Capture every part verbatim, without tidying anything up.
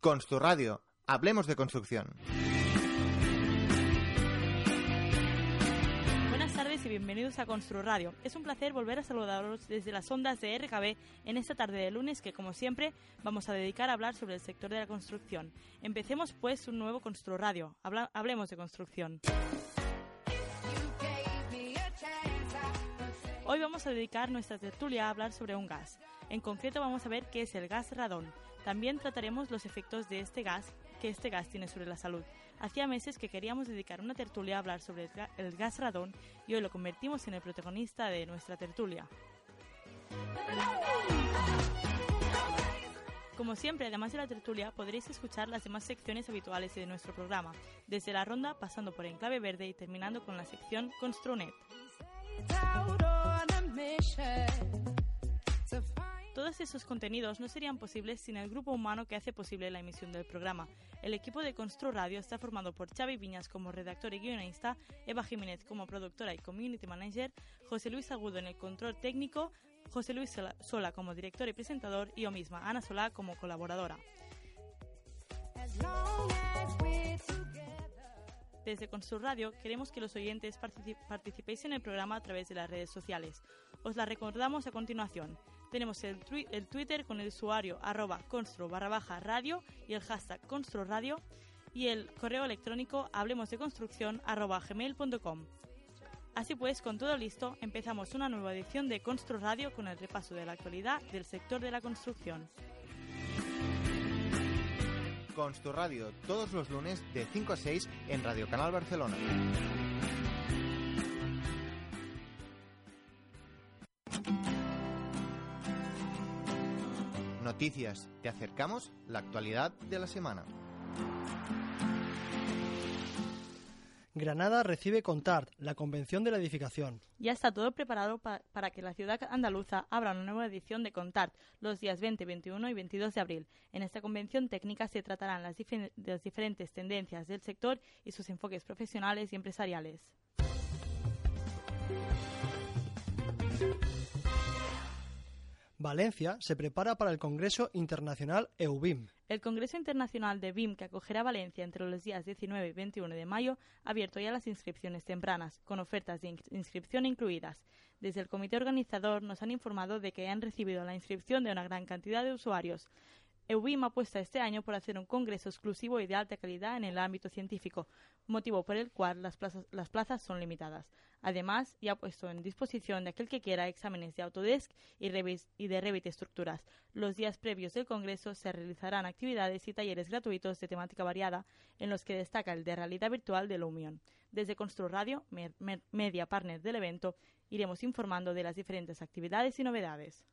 Construradio, hablemos de construcción. Buenas tardes y bienvenidos a Construradio. Es un placer volver a saludaros desde las ondas de R K B en esta tarde de lunes que, como siempre, vamos a dedicar a hablar sobre el sector de la construcción. Empecemos pues un nuevo Construradio. Habla- hablemos de construcción. Hoy vamos a dedicar nuestra tertulia a hablar sobre un gas. En concreto vamos a ver qué es el gas radón. También trataremos los efectos de este gas que este gas tiene sobre la salud. Hacía meses que queríamos dedicar una tertulia a hablar sobre el, ga- el gas radón y hoy lo convertimos en el protagonista de nuestra tertulia. Como siempre, además de la tertulia, podréis escuchar las demás secciones habituales de nuestro programa, desde la ronda pasando por Enclave Verde y terminando con la sección Construnet. Todos esos contenidos no serían posibles sin el grupo humano que hace posible la emisión del programa. El equipo de Construradio está formado por Xavi Viñas como redactor y guionista, Eva Jiménez como productora y community manager, José Luis Agudo en el control técnico, José Luis Sola, Sola como director y presentador y yo misma, Ana Solá, como colaboradora. Desde Construradio queremos que los oyentes particip- participéis en el programa a través de las redes sociales. Os la recordamos a continuación. Tenemos el, twi- el Twitter con el usuario arroba constru barra baja radio y el hashtag construradio y el correo electrónico hablemosdeconstrucción arroba gmail punto com. Así pues, con todo listo, empezamos una nueva edición de Construradio con el repaso de la actualidad del sector de la construcción. Construradio, todos los lunes de cinco a seis en Radio Canal Barcelona. Noticias, te acercamos la actualidad de la semana. Granada recibe CONTART, la Convención de la Edificación. Ya está todo preparado pa- para que la ciudad andaluza abra una nueva edición de CONTART los días veinte, veintiuno y veintidós de abril. En esta convención técnica se tratarán las, dife- las diferentes tendencias del sector y sus enfoques profesionales y empresariales. Valencia se prepara para el Congreso Internacional E U B I M. El Congreso Internacional de B I M, que acogerá Valencia entre los días diecinueve y veintiuno de mayo, ha abierto ya las inscripciones tempranas, con ofertas de ins- inscripción incluidas. Desde el comité organizador nos han informado de que han recibido la inscripción de una gran cantidad de usuarios. E U B I M apuesta este año por hacer un congreso exclusivo y de alta calidad en el ámbito científico, motivo por el cual las plazas, las plazas son limitadas. Además, ya ha puesto en disposición de aquel que quiera exámenes de Autodesk y, Revit, y de Revit Estructuras. Los días previos del congreso se realizarán actividades y talleres gratuitos de temática variada, en los que destaca el de realidad virtual de Lumion. Desde Construradio, mer, mer, media partner del evento, iremos informando de las diferentes actividades y novedades.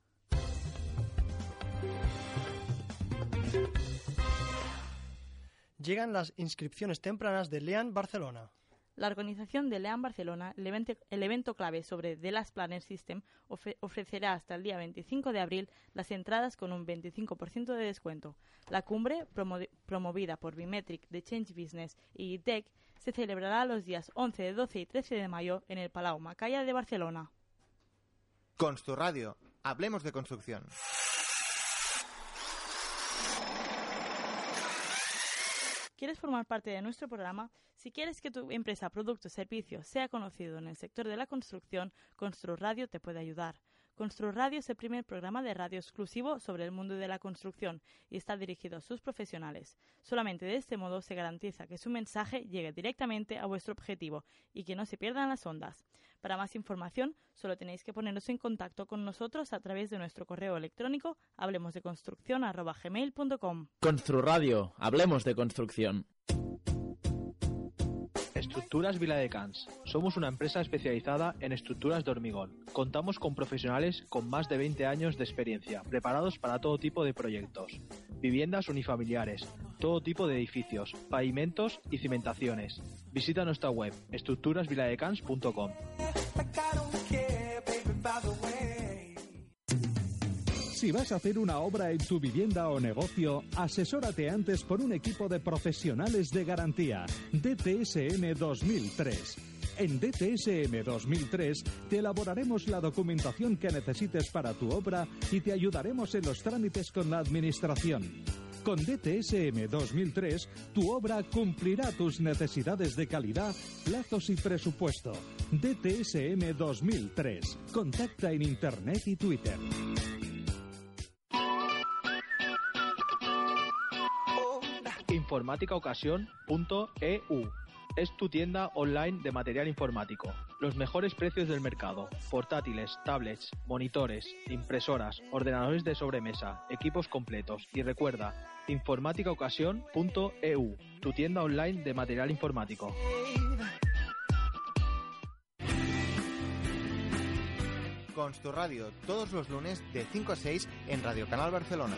Llegan las inscripciones tempranas de LEAN Barcelona. La organización de LEAN Barcelona, el evento, el evento clave sobre The Last Planner System, ofre, ofrecerá hasta el día veinticinco de abril las entradas con un veinticinco por ciento de descuento. La cumbre, promo, promovida por Bimetric, The Change Business y I T E C, se celebrará los días once, doce y trece de mayo en el Palau Macaya de Barcelona. Construradio, hablemos de construcción. ¿Quieres formar parte de nuestro programa? Si quieres que tu empresa, producto o servicio sea conocido en el sector de la construcción, Construradio te puede ayudar. Construradio es el primer programa de radio exclusivo sobre el mundo de la construcción y está dirigido a sus profesionales. Solamente de este modo se garantiza que su mensaje llegue directamente a vuestro objetivo y que no se pierdan las ondas. Para más información, solo tenéis que poneros en contacto con nosotros a través de nuestro correo electrónico hablemosdeconstrucción arroba gmail punto com. Construradio, hablemos de construcción. Estructuras Viladecans. Somos una empresa especializada en estructuras de hormigón. Contamos con profesionales con más de veinte años de experiencia, preparados para todo tipo de proyectos. Viviendas unifamiliares, todo tipo de edificios, pavimentos y cimentaciones. Visita nuestra web, estructuras viladecans punto com. Si vas a hacer una obra en tu vivienda o negocio, asesórate antes por un equipo de profesionales de garantía. D T S M dos mil tres. En D T S M dos mil tres te elaboraremos la documentación que necesites para tu obra y te ayudaremos en los trámites con la administración. Con D T S M dos mil tres, tu obra cumplirá tus necesidades de calidad, plazos y presupuesto. D T S M dos mil tres. Contacta en Internet y Twitter. informática ocasión punto e u. Es tu tienda online de material informático. Los mejores precios del mercado. Portátiles, tablets, monitores, impresoras, ordenadores de sobremesa, equipos completos. Y recuerda, informática ocasión punto e u, tu tienda online de material informático. Constu Radio, todos los lunes de cinco a seis en Radio Canal Barcelona.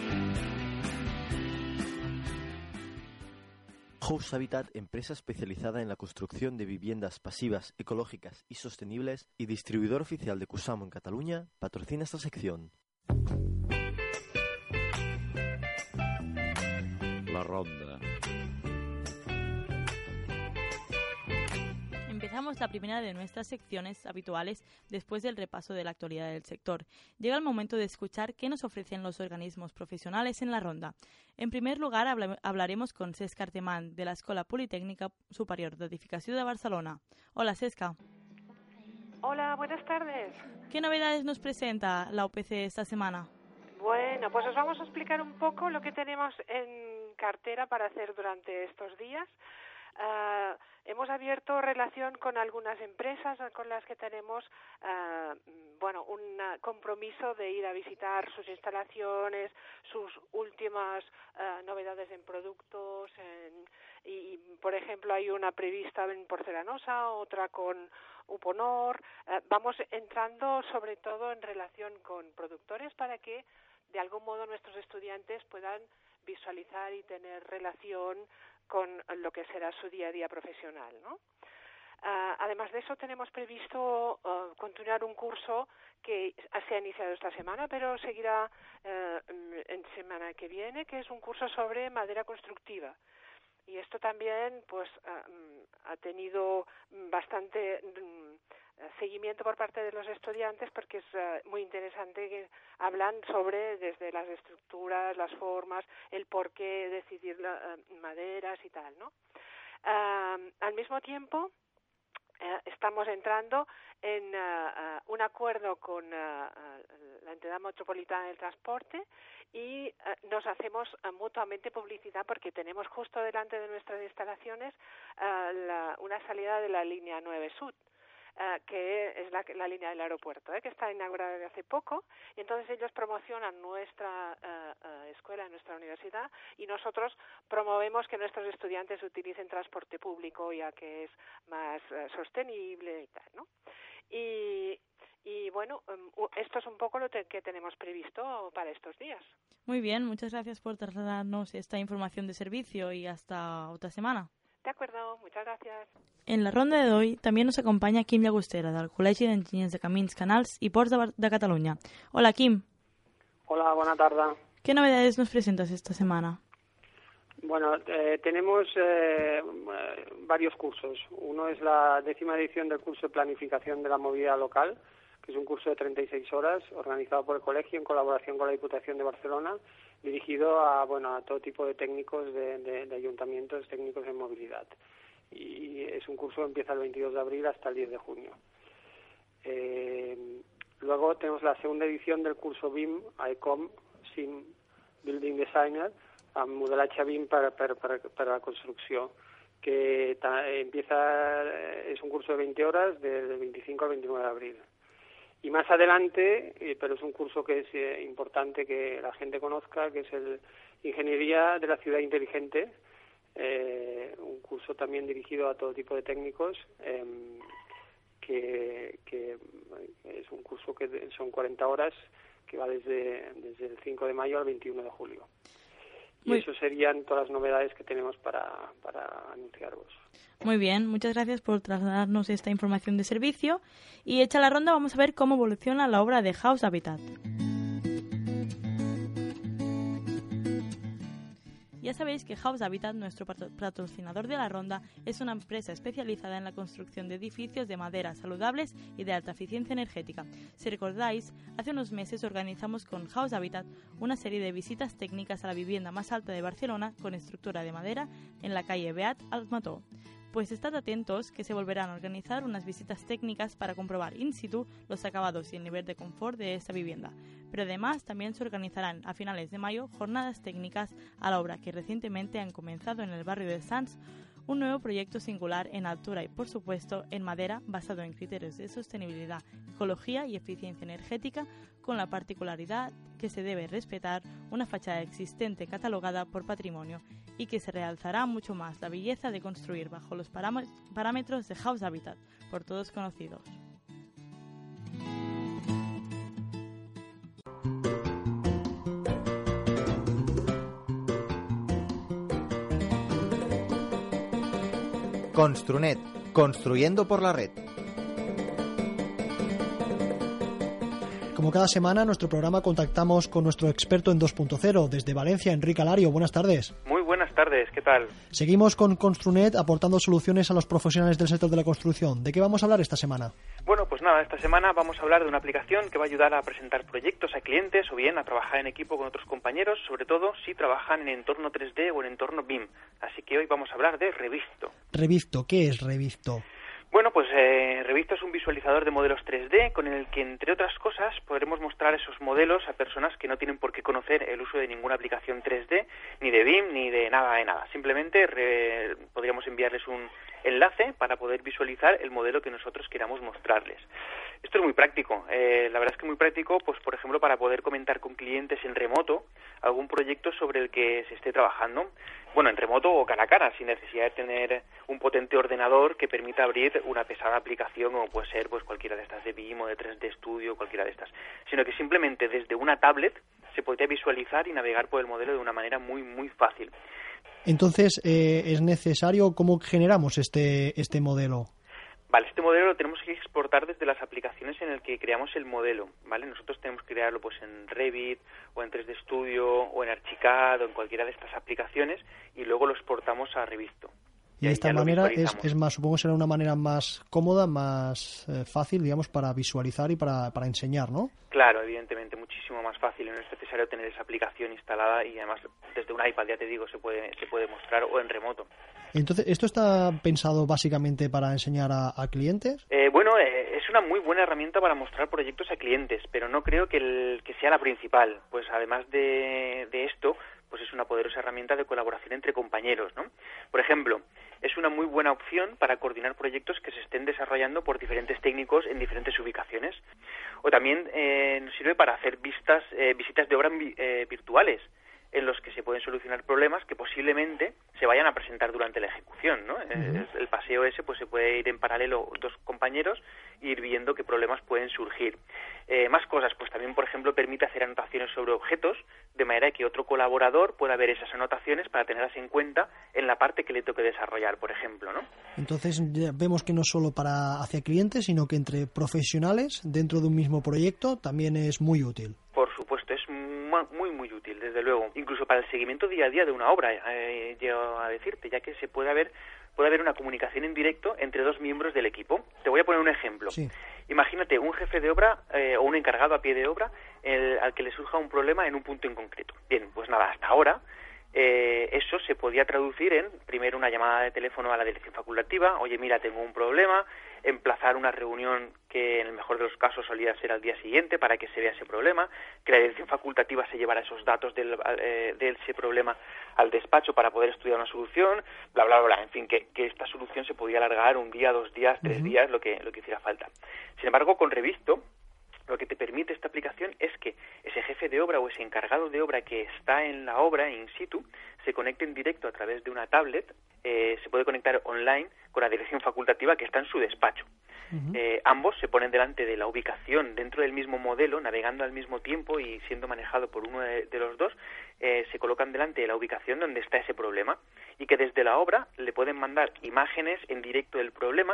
House Habitat, empresa especializada en la construcción de viviendas pasivas, ecológicas y sostenibles y distribuidor oficial de Cusamo en Cataluña, patrocina esta sección. La Ronda. Empezamos la primera de nuestras secciones habituales después del repaso de la actualidad del sector. Llega el momento de escuchar qué nos ofrecen los organismos profesionales en la ronda. En primer lugar, habla- hablaremos con Cesc Artemán, de la Escola Politécnica Superior d'Edificació de Barcelona. Hola, Cesca. Hola, buenas tardes. ¿Qué novedades nos presenta la O P C esta semana? Bueno, pues os vamos a explicar un poco lo que tenemos en cartera para hacer durante estos días. Uh, hemos abierto relación con algunas empresas con las que tenemos uh, bueno, un compromiso de ir a visitar sus instalaciones, sus últimas uh, novedades en productos, en, y, por ejemplo, hay una prevista en porcelanosa, otra con Uponor. Uh, vamos entrando sobre todo en relación con productores para que de algún modo nuestros estudiantes puedan visualizar y tener relación con lo que será su día a día profesional, ¿no? Uh, además de eso, tenemos previsto uh, continuar un curso que se ha iniciado esta semana, pero seguirá uh, en semana que viene, que es un curso sobre madera constructiva. Y esto también, pues, uh, ha tenido bastante um, seguimiento por parte de los estudiantes porque es uh, muy interesante que hablan sobre desde las estructuras, las formas, el por qué decidir la, uh, maderas y tal, ¿no? Uh, al mismo tiempo, uh, estamos entrando en uh, uh, un acuerdo con uh, uh, la entidad metropolitana del transporte y uh, nos hacemos uh, mutuamente publicidad porque tenemos justo delante de nuestras instalaciones uh, la, una salida de la línea nueve Sud. Uh, que es la, la línea del aeropuerto, ¿eh? que está inaugurada desde hace poco, y entonces ellos promocionan nuestra uh, uh, escuela, nuestra universidad, y nosotros promovemos que nuestros estudiantes utilicen transporte público, ya que es más uh, sostenible y tal, ¿no? Y, y bueno, um, esto es un poco lo te, que tenemos previsto para estos días. Muy bien, muchas gracias por trasladarnos esta información de servicio y hasta otra semana. De acuerdo, muchas gracias. En la ronda de hoy també nos acompanya Quim Llagostera, del Col·legi d'Enginyers de Camins, Canals i Ports de, Bar- de Catalunya. Hola, Quim. Hola, buena tarde. ¿Qué novedades nos presentas esta semana? Bueno, eh, tenemos eh, varios cursos. Uno es la décima edición del curso de Planificación de la Movilidad Local, que es un curso de treinta y seis horas organizado por el colegio en colaboración con la Diputación de Barcelona, dirigido a bueno a todo tipo de técnicos de, de, de ayuntamientos, técnicos en movilidad. Y es un curso que empieza el veintidós de abril hasta el diez de junio. Eh, luego tenemos la segunda edición del curso B I M, I C O M, Sim Building Designer, amb modelatge B I M per, per, per, per a la construcció, que ta, empieza, es un curso de veinte horas del veinticinco al veintinueve de abril. Y más adelante, eh, pero es un curso que es eh, importante que la gente conozca, que es el Ingeniería de la Ciudad Inteligente, eh, un curso también dirigido a todo tipo de técnicos, eh, que, que es un curso que son cuarenta horas, que va desde, desde el cinco de mayo al veintiuno de julio. Y Muy... eso serían todas las novedades que tenemos para, para anunciaros. Muy bien, muchas gracias por trasladarnos esta información de servicio. Y hecha la ronda, vamos a ver cómo evoluciona la obra de House Habitat. Ya sabéis que House Habitat, nuestro patrocinador de la ronda, es una empresa especializada en la construcción de edificios de madera saludables y de alta eficiencia energética. Si recordáis, hace unos meses organizamos con House Habitat una serie de visitas técnicas a la vivienda más alta de Barcelona con estructura de madera en la calle Beat al Mató. Pues estad atentos que se volverán a organizar unas visitas técnicas para comprobar in situ los acabados y el nivel de confort de esta vivienda. Pero además también se organizarán a finales de mayo jornadas técnicas a la obra que recientemente han comenzado en el barrio de Sants, un nuevo proyecto singular en altura y, por supuesto, en madera basado en criterios de sostenibilidad, ecología y eficiencia energética, con la particularidad que se debe respetar una fachada existente catalogada por patrimonio y que se realzará mucho más la belleza de construir bajo los parámetros de House Habitat, por todos conocidos. Construnet, construyendo por la red. Como cada semana, en nuestro programa contactamos con nuestro experto en dos punto cero desde Valencia, Enrique Alario. Buenas tardes. Muy buenas tardes, ¿qué tal? Seguimos con Construnet aportando soluciones a los profesionales del sector de la construcción. ¿De qué vamos a hablar esta semana? Bueno, pues nada, esta semana vamos a hablar de una aplicación que va a ayudar a presentar proyectos a clientes o bien a trabajar en equipo con otros compañeros, sobre todo si trabajan en entorno tres D o en entorno B I M. Así que hoy vamos a hablar de Revisto. Revisto, ¿qué es Revisto? Bueno, pues eh, Revisto es un visualizador de modelos tres D con el que, entre otras cosas, podremos mostrar esos modelos a personas que no tienen por qué conocer el uso de ninguna aplicación tres D, ni de B I M, ni de nada de nada. Simplemente re, podríamos enviarles un enlace para poder visualizar el modelo que nosotros queramos mostrarles. Esto es muy práctico. Eh, la verdad es que muy práctico, pues por ejemplo, para poder comentar con clientes en remoto algún proyecto sobre el que se esté trabajando. Bueno, en remoto o cara a cara, sin necesidad de tener un potente ordenador que permita abrir una pesada aplicación, como puede ser pues cualquiera de estas de B I M o de tres D Studio, cualquiera de estas, sino que simplemente desde una tablet se podría visualizar y navegar por el modelo de una manera muy, muy fácil. Entonces, eh, ¿es necesario cómo generamos este, este modelo? Vale, este modelo lo tenemos que exportar desde las aplicaciones en el que creamos el modelo, ¿vale? Nosotros tenemos que crearlo pues en Revit o en tres D Studio o en Archicad o en cualquiera de estas aplicaciones y luego lo exportamos a Revisto. Y de esta manera es, es más, supongo que será una manera más cómoda, más eh, fácil, digamos, para visualizar y para, para enseñar, ¿no? Claro, evidentemente, muchísimo más fácil. No es necesario tener esa aplicación instalada y además desde un iPad, ya te digo, se puede se puede mostrar o en remoto. Entonces, ¿esto está pensado básicamente para enseñar a, a clientes? Eh, bueno, eh, es una muy buena herramienta para mostrar proyectos a clientes, pero no creo que, el, que sea la principal. Pues además de, de esto, pues es una poderosa herramienta de colaboración entre compañeros, ¿no? Por ejemplo, es una muy buena opción para coordinar proyectos que se estén desarrollando por diferentes técnicos en diferentes ubicaciones. O también eh, nos sirve para hacer vistas, eh, visitas de obra eh, virtuales, en los que se pueden solucionar problemas que posiblemente se vayan a presentar durante la ejecución, ¿no? Uh-huh. El paseo ese pues se puede ir en paralelo dos compañeros e ir viendo qué problemas pueden surgir. Eh, más cosas, pues también, por ejemplo, permite hacer anotaciones sobre objetos, de manera que otro colaborador pueda ver esas anotaciones para tenerlas en cuenta en la parte que le toque desarrollar, por ejemplo, ¿no? Entonces ya vemos que no solo para hacia clientes, sino que entre profesionales dentro de un mismo proyecto también es muy útil. Por supuesto, es muy, muy útil, desde luego. Incluso para el seguimiento día a día de una obra, eh, llego a decirte, ya que se puede haber, puede haber una comunicación en directo entre dos miembros del equipo. Te voy a poner un ejemplo. Sí. Imagínate un jefe de obra eh, o un encargado a pie de obra el, al que le surja un problema en un punto en concreto. Bien, pues nada, hasta ahora eh, eso se podía traducir en, primero, una llamada de teléfono a la dirección facultativa. Oye, mira, tengo un problema. Emplazar una reunión que en el mejor de los casos solía ser al día siguiente para que se vea ese problema, que la dirección facultativa se llevara esos datos del, eh, de ese problema al despacho para poder estudiar una solución, bla, bla, bla, en fin, que, que esta solución se podía alargar un día, dos días, tres uh-huh. días, lo que, lo que hiciera falta. Sin embargo, con Revisto, lo que te permite esta aplicación es que ese jefe de obra o ese encargado de obra que está en la obra in situ se conecte en directo a través de una tablet, eh, se puede conectar online con la dirección facultativa que está en su despacho. Uh-huh. Eh, ambos se ponen delante de la ubicación dentro del mismo modelo, navegando al mismo tiempo y siendo manejado por uno de, de los dos, eh, se colocan delante de la ubicación donde está ese problema y que desde la obra le pueden mandar imágenes en directo del problema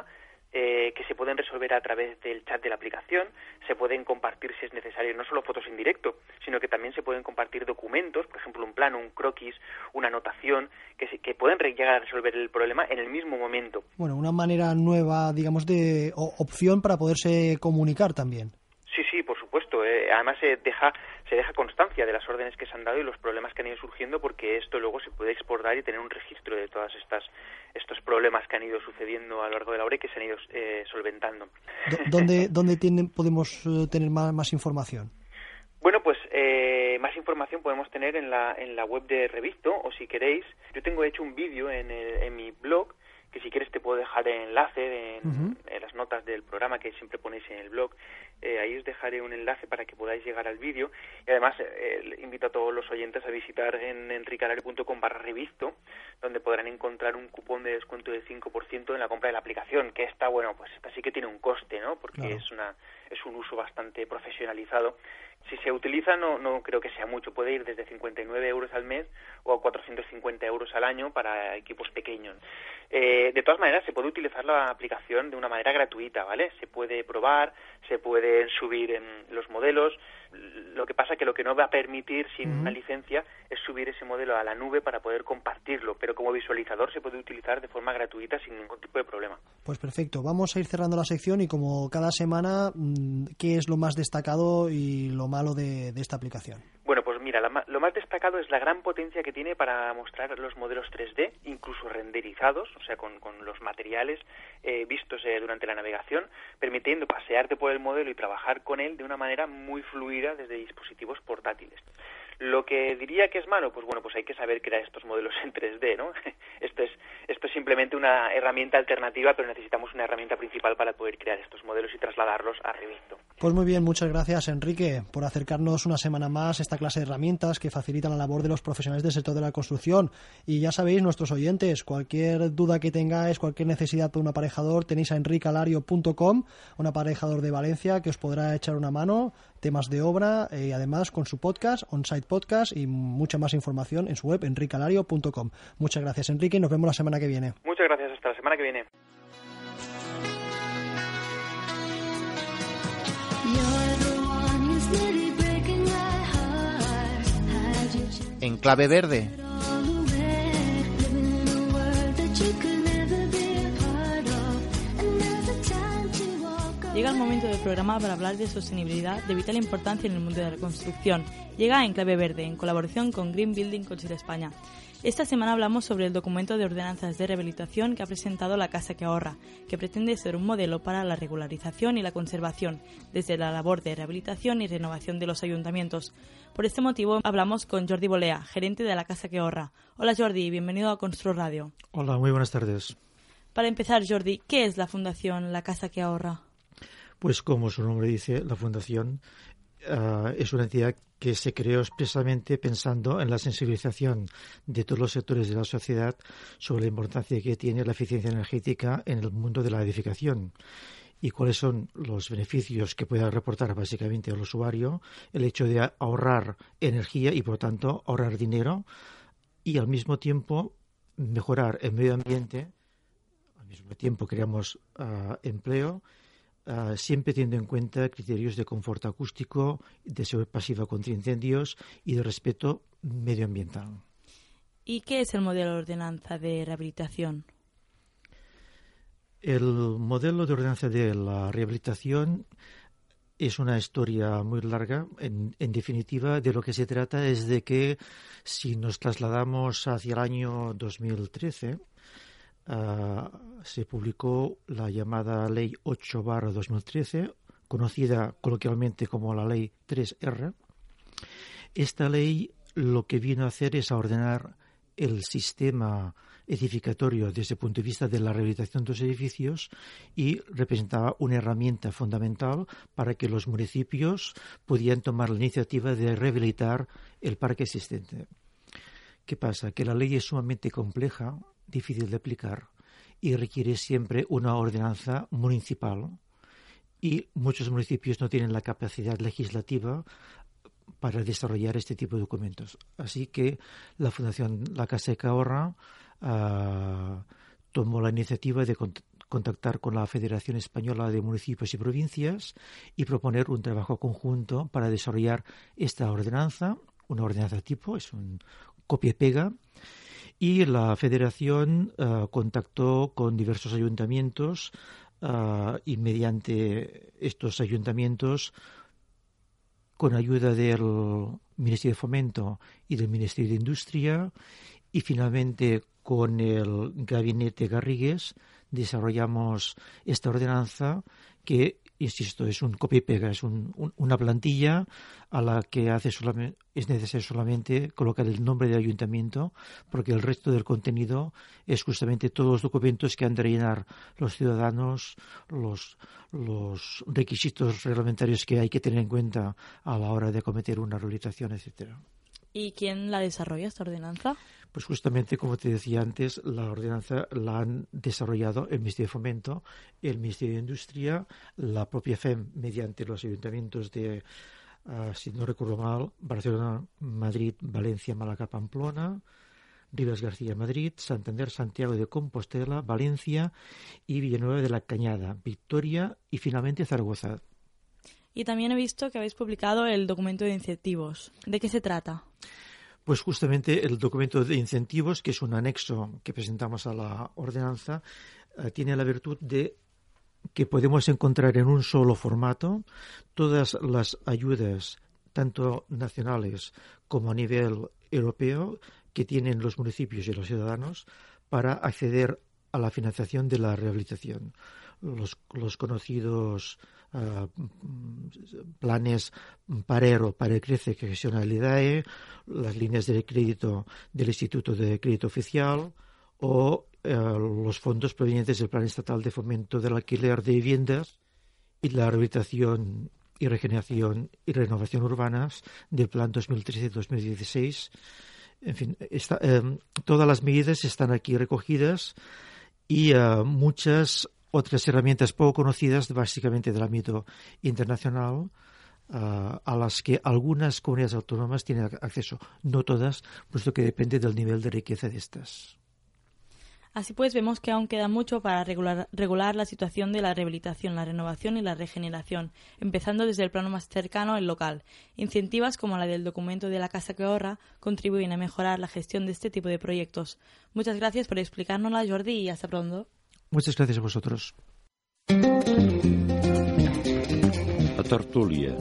eh, que se pueden resolver a través del chat de la aplicación, se pueden compartir si es necesario, no solo fotos en directo, sino que también se pueden compartir documentos, por ejemplo un plano, un croquis, una anotación, que, se, que pueden re- llegar a resolver el problema en el mismo momento. Bueno, una manera nueva, digamos, de o, opción para poderse comunicar también. Sí, sí, por supuesto. Eh, además se deja se deja constancia de las órdenes que se han dado y los problemas que han ido surgiendo, porque esto luego se puede exportar y tener un registro de todas estas estos problemas que han ido sucediendo a lo largo de la hora y que se han ido eh, solventando. ¿Dónde, dónde tienen, podemos tener más, más información? Bueno, pues eh, más información podemos tener en la en la web de Revisto, o si queréis, yo tengo hecho un vídeo en, el, en mi blog, que si quieres te puedo dejar el enlace en, uh-huh. en las notas del programa que siempre ponéis en el blog. Eh, ahí os dejaré un enlace para que podáis llegar al vídeo. Y además eh, invito a todos los oyentes a visitar en enricalario punto com barra revisto, donde podrán encontrar un cupón de descuento del cinco por ciento en la compra de la aplicación, que esta, bueno, pues esta sí que tiene un coste, ¿no? Porque claro. es una es un uso bastante profesionalizado. Si se utiliza, no no creo que sea mucho. Puede ir desde cincuenta y nueve euros al mes o a cuatrocientos cincuenta euros al año para equipos pequeños. Eh, de todas maneras, se puede utilizar la aplicación de una manera gratuita, ¿vale? Se puede probar, se pueden subir en los modelos. Lo que pasa que lo que no va a permitir sin uh-huh. una licencia es subir ese modelo a la nube para poder compartirlo, pero como visualizador se puede utilizar de forma gratuita sin ningún tipo de problema. Pues perfecto, vamos a ir cerrando la sección y como cada semana, ¿qué es lo más destacado y lo malo de, de esta aplicación? Bueno, pues mira, la, lo más destacado es la gran potencia que tiene para mostrar los modelos tres D, incluso renderizados, o sea, con, con los materiales eh, vistos eh, durante la navegación, permitiendo pasearte por el modelo y trabajar con él de una manera muy fluida desde dispositivos portátiles. Lo que diría que es malo, pues bueno, pues hay que saber crear estos modelos en tres D, ¿no? Esto es esto es simplemente una herramienta alternativa, pero necesitamos una herramienta principal para poder crear estos modelos y trasladarlos a Revisto. Pues muy bien, muchas gracias, Enrique, por acercarnos una semana más a esta clase de herramientas que facilitan la labor de los profesionales del sector de la construcción. Y ya sabéis, nuestros oyentes, cualquier duda que tengáis, cualquier necesidad por un aparejador, tenéis a enricalario punto com, un aparejador de Valencia que os podrá echar una mano, temas de obra y eh, además con su podcast, On-Site Podcast, y mucha más información en su web, enricalario punto com. Muchas gracias, Enrique, y nos vemos la semana que viene. Muchas gracias, hasta la semana que viene. En clave verde. Llega el momento del programa para hablar de sostenibilidad de vital importancia en el mundo de la construcción. Llega en clave verde, en colaboración con Green Building Council España. Esta semana hablamos sobre el documento de ordenanzas de rehabilitación que ha presentado la Casa que Ahorra, que pretende ser un modelo para la regularización y la conservación, desde la labor de rehabilitación y renovación de los ayuntamientos. Por este motivo hablamos con Jordi Bolea, gerente de la Casa que Ahorra. Hola Jordi, bienvenido a Constru Radio. Hola, muy buenas tardes. Para empezar, Jordi, ¿qué es la Fundación La Casa que Ahorra? Pues como su nombre dice, la Fundación uh, es una entidad que se creó expresamente pensando en la sensibilización de todos los sectores de la sociedad sobre la importancia que tiene la eficiencia energética en el mundo de la edificación y cuáles son los beneficios que puede reportar básicamente al usuario el hecho de ahorrar energía y por tanto ahorrar dinero y al mismo tiempo mejorar el medio ambiente, al mismo tiempo creamos uh, empleo, Uh, siempre teniendo en cuenta criterios de confort acústico, de seguridad pasiva contra incendios y de respeto medioambiental. ¿Y qué es el modelo de ordenanza de rehabilitación? El modelo de ordenanza de la rehabilitación es una historia muy larga. En, en definitiva, de lo que se trata es de que si nos trasladamos hacia el año dos mil trece, Uh, se publicó la llamada Ley ocho barra dos mil trece, conocida coloquialmente como la Ley tres erre. Esta ley lo que vino a hacer es a ordenar el sistema edificatorio desde el punto de vista de la rehabilitación de los edificios y representaba una herramienta fundamental para que los municipios pudieran tomar la iniciativa de rehabilitar el parque existente. ¿Qué pasa? Que la ley es sumamente compleja, difícil de aplicar y requiere siempre una ordenanza municipal y muchos municipios no tienen la capacidad legislativa para desarrollar este tipo de documentos. Así que la Fundación La Casa que Ahorra uh, tomó la iniciativa de contactar con la Federación Española de Municipios y Provincias y proponer un trabajo conjunto para desarrollar esta ordenanza, una ordenanza tipo, es un copia y pega, y la Federación uh, contactó con diversos ayuntamientos uh, y mediante estos ayuntamientos, con ayuda del Ministerio de Fomento y del Ministerio de Industria y finalmente con el Gabinete Garrigues, desarrollamos esta ordenanza que, insisto, es un copia y pega, es un, un, una plantilla a la que hace solamente, es necesario solamente colocar el nombre del ayuntamiento, porque el resto del contenido es justamente todos los documentos que han de rellenar los ciudadanos, los, los requisitos reglamentarios que hay que tener en cuenta a la hora de acometer una rehabilitación, etcétera. ¿Y quién la desarrolla, esta ordenanza? Pues justamente, como te decía antes, la ordenanza la han desarrollado el Ministerio de Fomento, el Ministerio de Industria, la propia F E M mediante los ayuntamientos de, uh, si no recuerdo mal, Barcelona, Madrid, Valencia, Málaga, Pamplona, Rivas García, Madrid, Santander, Santiago de Compostela, Valencia y Villanueva de la Cañada, Victoria y finalmente Zaragoza. Y también he visto que habéis publicado el documento de incentivos. ¿De qué se trata? Pues justamente el documento de incentivos, que es un anexo que presentamos a la ordenanza, eh, tiene la virtud de que podemos encontrar en un solo formato todas las ayudas, tanto nacionales como a nivel europeo, que tienen los municipios y los ciudadanos para acceder a la financiación de la rehabilitación. Los, los conocidos uh, planes Parero, Parecrece, que gestiona el I D A E, las líneas de crédito del Instituto de Crédito Oficial o uh, los fondos provenientes del Plan Estatal de Fomento del Alquiler de Viviendas y la rehabilitación y regeneración y renovación urbanas del Plan dos mil trece dos mil dieciséis. En fin, está, eh, todas las medidas están aquí recogidas y uh, muchas otras herramientas poco conocidas, básicamente del ámbito internacional, uh, a las que algunas comunidades autónomas tienen acceso, no todas, puesto que depende del nivel de riqueza de estas. Así pues, vemos que aún queda mucho para regular, regular la situación de la rehabilitación, la renovación y la regeneración, empezando desde el plano más cercano, el local. Incentivas como la del documento de la Casa que Ahorra contribuyen a mejorar la gestión de este tipo de proyectos. Muchas gracias por explicárnosla, Jordi, y hasta pronto. Muchas gracias a vosotros. La tertúlia.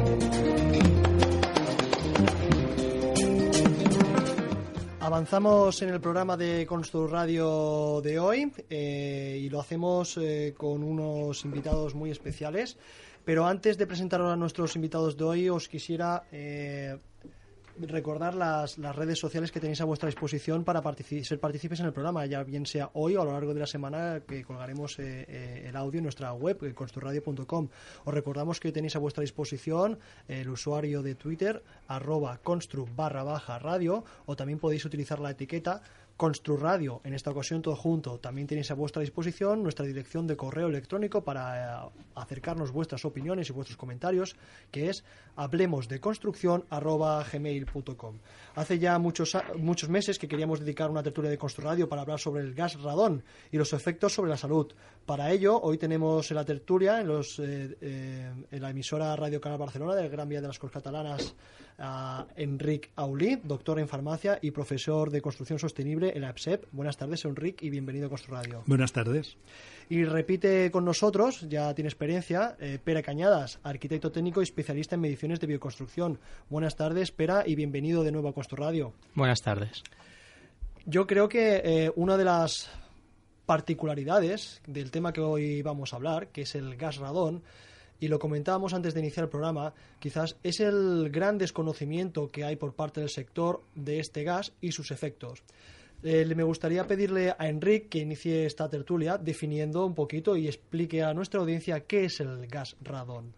Avanzamos en el programa de Constru Radio de hoy eh, y lo hacemos eh, con unos invitados muy especiales. Pero antes de presentar a nuestros invitados de hoy, os quisiera eh, recordar las, las redes sociales que tenéis a vuestra disposición para partici- ser partícipes en el programa, ya bien sea hoy o a lo largo de la semana, que colgaremos eh, eh, el audio en nuestra web, eh, construradio punto com. Os recordamos que tenéis a vuestra disposición eh, el usuario de Twitter, arroba constru barra baja radio, o también podéis utilizar la etiqueta Construradio, en esta ocasión todo junto. También tenéis a vuestra disposición nuestra dirección de correo electrónico para eh, acercarnos vuestras opiniones y vuestros comentarios, que es hablemosdeconstrucción arroba gmail punto com. Hace ya muchos, muchos meses que queríamos dedicar una tertulia de Construradio para hablar sobre el gas radón y los efectos sobre la salud. Para ello, hoy tenemos en la tertulia, en, los, eh, eh, en la emisora Radio Canal Barcelona del Gran Vía de las Corts Catalanas, a Enric Aulí, doctor en farmacia y profesor de construcción sostenible en la E P S E P. Buenas tardes, Enric, y bienvenido a Construradio. Buenas tardes. Y repite con nosotros, ya tiene experiencia, eh, Pere Cañadas, arquitecto técnico y especialista en mediciones de bioconstrucción. Buenas tardes, Pera, y bienvenido de nuevo a Construradio. Buenas tardes. Yo creo que eh, una de las particularidades del tema que hoy vamos a hablar, que es el gas radón, y lo comentábamos antes de iniciar el programa, quizás es el gran desconocimiento que hay por parte del sector de este gas y sus efectos. Eh, me gustaría pedirle a Enric que inicie esta tertulia definiendo un poquito y explique a nuestra audiencia qué es el gas radón.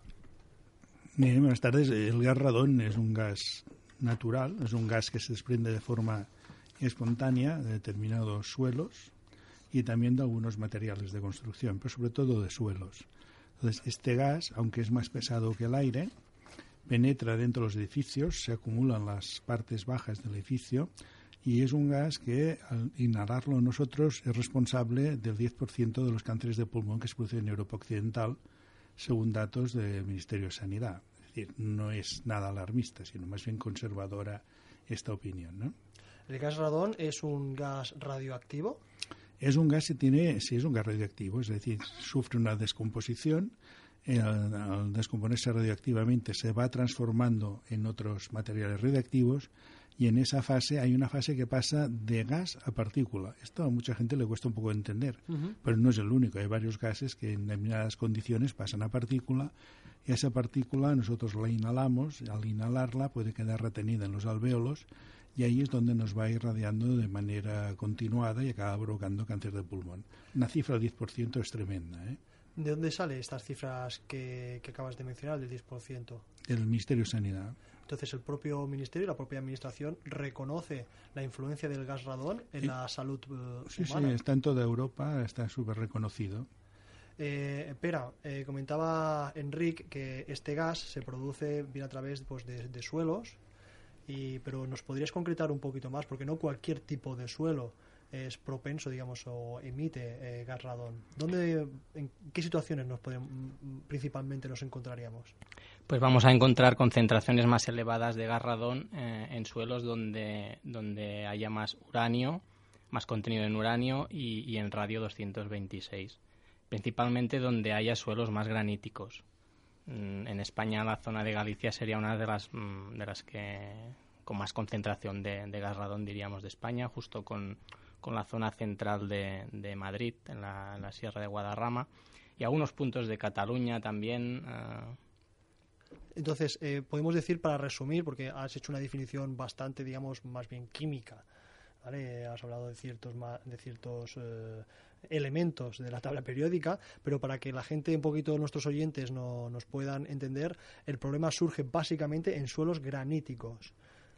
Bien, buenas tardes. El gas radón es un gas natural, es un gas que se desprende de forma espontánea de determinados suelos y también de algunos materiales de construcción, pero sobre todo de suelos. Entonces, este gas, aunque es más pesado que el aire, penetra dentro de los edificios, se acumula en las partes bajas del edificio y es un gas que al inhalarlo nosotros es responsable del diez por ciento de los cánceres de pulmón que se producen en Europa Occidental, según datos del Ministerio de Sanidad. Es decir, no es nada alarmista, sino más bien conservadora esta opinión, ¿no? ¿El gas radón es un gas radioactivo? Es un gas que tiene, sí, es un gas radioactivo, es decir, sufre una descomposición. Al, al descomponerse radioactivamente se va transformando en otros materiales radioactivos, y en esa fase hay una fase que pasa de gas a partícula. Esto a mucha gente le cuesta un poco entender, uh-huh. pero no es el único. Hay varios gases que en determinadas condiciones pasan a partícula, y esa partícula nosotros la inhalamos. Al inhalarla puede quedar retenida en los alvéolos, y ahí es donde nos va irradiando de manera continuada y acaba provocando cáncer de pulmón. Una cifra del diez por ciento es tremenda, ¿eh? ¿De dónde salen estas cifras que, que acabas de mencionar, del diez por ciento? Del Ministerio de Sanidad. Entonces, el propio Ministerio, la propia Administración, reconoce la influencia del gas radón en sí. la salud uh, sí, humana. Sí, está en toda Europa, está súper reconocido. Eh, Pera, eh, comentaba Enrique que este gas se produce bien a través pues, de, de suelos, y, pero ¿nos podrías concretar un poquito más? Porque no cualquier tipo de suelo es propenso, digamos, o emite eh, gas radón. ¿Dónde, en qué situaciones nos podemos, principalmente nos encontraríamos? Pues vamos a encontrar concentraciones más elevadas de gas radón eh, en suelos donde, donde haya más uranio, más contenido en uranio y, y en radio doscientos veintiséis. Principalmente donde haya suelos más graníticos. En España la zona de Galicia sería una de las, de las que con más concentración de, de gas radón, diríamos, de España, justo con, con la zona central de, de Madrid, en la, en la Sierra de Guadarrama, y algunos puntos de Cataluña también. Uh... Entonces, eh, podemos decir, para resumir, porque has hecho una definición bastante, digamos, más bien química, ¿vale? Has hablado de ciertos, de ciertos eh, elementos de la tabla periódica, pero para que la gente, un poquito nuestros oyentes, no, nos puedan entender, el problema surge básicamente en suelos graníticos.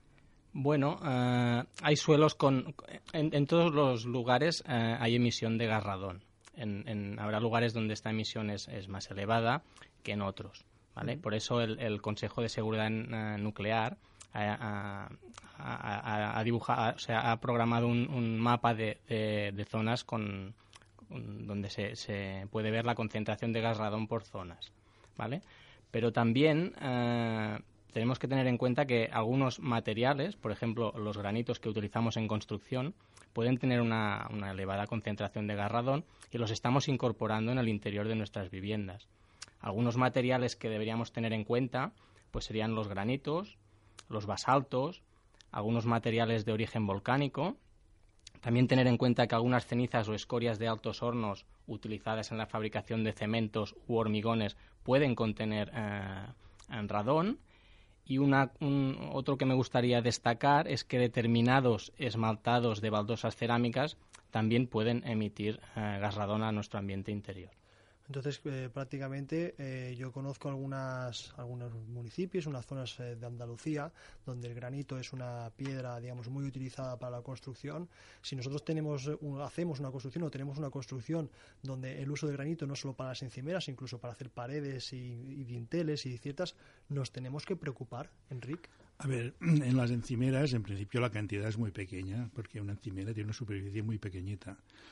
Bueno, eh, hay suelos con... En, en todos los lugares eh, hay emisión de gas radón. En, en, habrá lugares donde esta emisión es, es más elevada que en otros, ¿vale? Uh-huh. Por eso el, el Consejo de Seguridad uh, Nuclear ha, ha, ha, ha dibujado, o sea, ha programado un, un mapa de, de, de zonas con, con donde se, se puede ver la concentración de gas radón por zonas, ¿vale? Pero también eh, tenemos que tener en cuenta que algunos materiales, por ejemplo, los granitos que utilizamos en construcción, pueden tener una, una elevada concentración de gas radón y los estamos incorporando en el interior de nuestras viviendas. Algunos materiales que deberíamos tener en cuenta pues serían los granitos, los basaltos, algunos materiales de origen volcánico. También tener en cuenta que algunas cenizas o escorias de altos hornos utilizadas en la fabricación de cementos u hormigones pueden contener eh, radón. Y una, un, otro que me gustaría destacar es que determinados esmaltados de baldosas cerámicas también pueden emitir eh, gas radón a nuestro ambiente interior. Entonces, eh, prácticamente eh, yo conozco algunas, algunos municipios, unas zonas eh, de Andalucía, donde el granito es una piedra, digamos, muy utilizada para la construcción. Si nosotros tenemos un, hacemos una construcción o tenemos una construcción donde el uso de granito no solo para las encimeras, incluso para hacer paredes y, y dinteles y ciertas, nos tenemos que preocupar, Enrique. A ver, en las encimeras, en principio, la cantidad es muy pequeña, porque una encimera tiene una superficie muy pequeñita.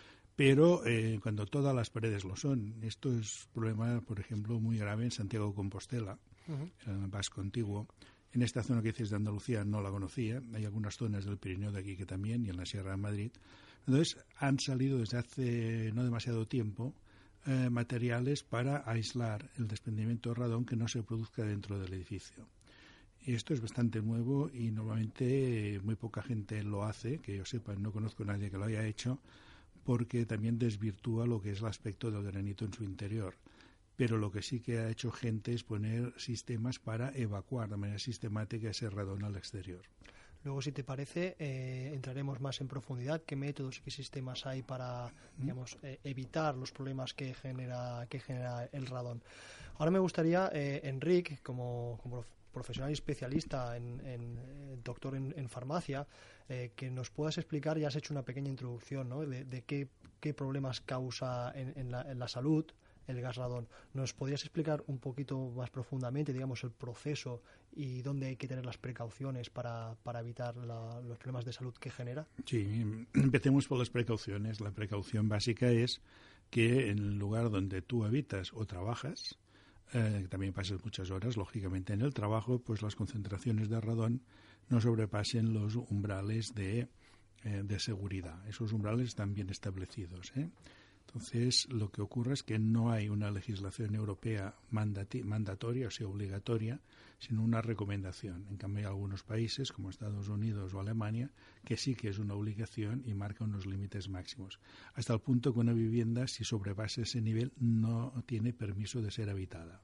Pero eh, cuando todas las paredes lo son, esto es un problema, por ejemplo, muy grave en Santiago de Compostela, uh-huh. en el Vasco Antiguo. En esta zona que dices de Andalucía no la conocía, hay algunas zonas del Pirineo de aquí que también, y en la Sierra de Madrid. Entonces, han salido desde hace no demasiado tiempo eh, materiales para aislar el desprendimiento de radón que no se produzca dentro del edificio. Y esto es bastante nuevo y normalmente eh, muy poca gente lo hace, que yo sepa, no conozco a nadie que lo haya hecho, porque también desvirtúa lo que es el aspecto del granito en su interior. Pero lo que sí que ha hecho gente es poner sistemas para evacuar de manera sistemática ese radón al exterior. Luego, si te parece, eh, entraremos más en profundidad. ¿Qué métodos y qué sistemas hay para, digamos, eh, evitar los problemas que genera, que genera el radón? Ahora me gustaría, eh, Enrique, como, como profesional y especialista, en, en, en doctor en, en farmacia, eh, que nos puedas explicar, ya has hecho una pequeña introducción, ¿no?, de, de qué, qué problemas causa en, en, la, en la salud el gas radón. ¿Nos podrías explicar un poquito más profundamente, digamos, el proceso y dónde hay que tener las precauciones para, para evitar la, los problemas de salud que genera? Sí, empecemos por las precauciones. La precaución básica es que en el lugar donde tú habitas o trabajas, eh, también pasas muchas horas, lógicamente, en el trabajo, pues las concentraciones de radón no sobrepasen los umbrales de, eh, de seguridad. Esos umbrales están bien establecidos, ¿eh? Entonces, lo que ocurre es que no hay una legislación europea mandati- mandatoria, o sea, obligatoria, sino una recomendación. En cambio, hay algunos países, como Estados Unidos o Alemania, que sí que es una obligación y marca unos límites máximos. Hasta el punto que una vivienda, si sobrepasa ese nivel, no tiene permiso de ser habitada.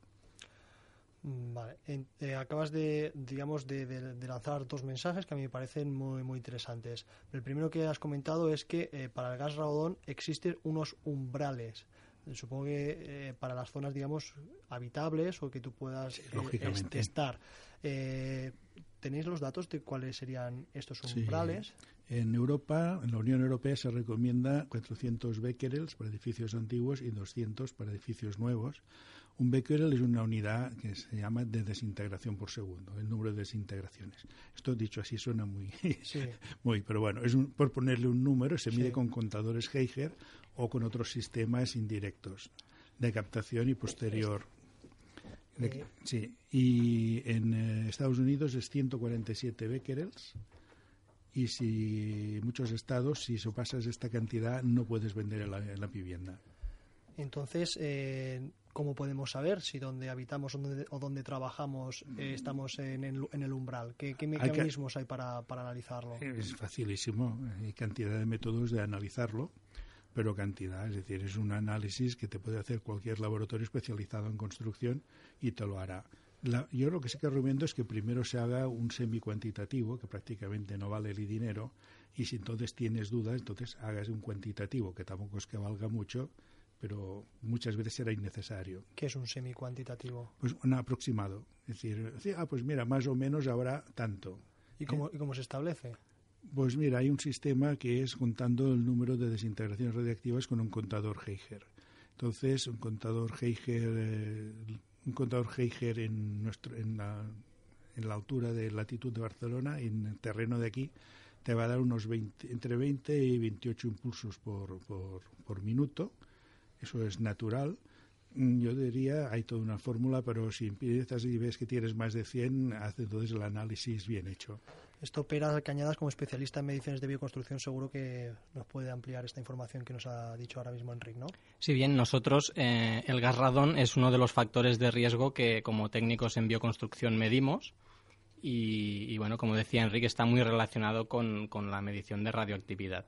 Vale, en, eh, acabas de, digamos, de, de, de lanzar dos mensajes que a mí me parecen muy, muy interesantes. El primero que has comentado es que eh, para el gas radón existen unos umbrales. Supongo que eh, para las zonas, digamos, habitables o que tú puedas sí, eh, lógicamente. estar. Eh, ¿Tenéis los datos de cuáles serían estos umbrales? Sí. En Europa, en la Unión Europea, se recomienda cuatrocientos becquerels para edificios antiguos y doscientos para edificios nuevos. Un becquerel es una unidad que se llama de desintegración por segundo, el número de desintegraciones. Esto dicho así suena muy, sí. muy pero bueno, es un, por ponerle un número, se mide sí. con contadores Geiger o con otros sistemas indirectos de captación y posterior. De, eh. Sí, y en eh, Estados Unidos es ciento cuarenta y siete becquerels. Y si muchos estados, si sobrepasas esta cantidad, no puedes vender la, la vivienda. Entonces, eh, ¿cómo podemos saber si donde habitamos o donde, o donde trabajamos eh, estamos en el, en el umbral? ¿Qué, qué mecanismos hay, que, hay para, para analizarlo? Es facilísimo. Hay cantidad de métodos de analizarlo, pero cantidad. Es decir, es un análisis que te puede hacer cualquier laboratorio especializado en construcción y te lo hará. La, yo lo que sí que recomiendo es que primero se haga un semi-cuantitativo, que prácticamente no vale el dinero, y si entonces tienes dudas, entonces hagas un cuantitativo, que tampoco es que valga mucho, pero muchas veces será innecesario. ¿Qué es un semi-cuantitativo? Pues un aproximado. Es decir, ah, pues mira, más o menos habrá tanto. ¿Y cómo, ¿y cómo se establece? Pues mira, hay un sistema que es contando el número de desintegraciones radiactivas con un contador Geiger. Entonces, un contador Geiger... Eh, un contador Geiger en nuestro en la, en la altura de latitud de Barcelona, en el terreno de aquí, te va a dar unos veinte, entre veinte y veintiocho impulsos por, por, por minuto. Eso es natural. Yo diría, hay toda una fórmula, pero si empiezas y ves que tienes más de cien, haz entonces el análisis bien hecho. Esto, Pera Cañadas, como especialista en mediciones de bioconstrucción, seguro que nos puede ampliar esta información que nos ha dicho ahora mismo Enric, ¿no? Sí, bien, nosotros, eh, el gas radón es uno de los factores de riesgo que como técnicos en bioconstrucción medimos y, y bueno, como decía Enric, está muy relacionado con, con la medición de radioactividad.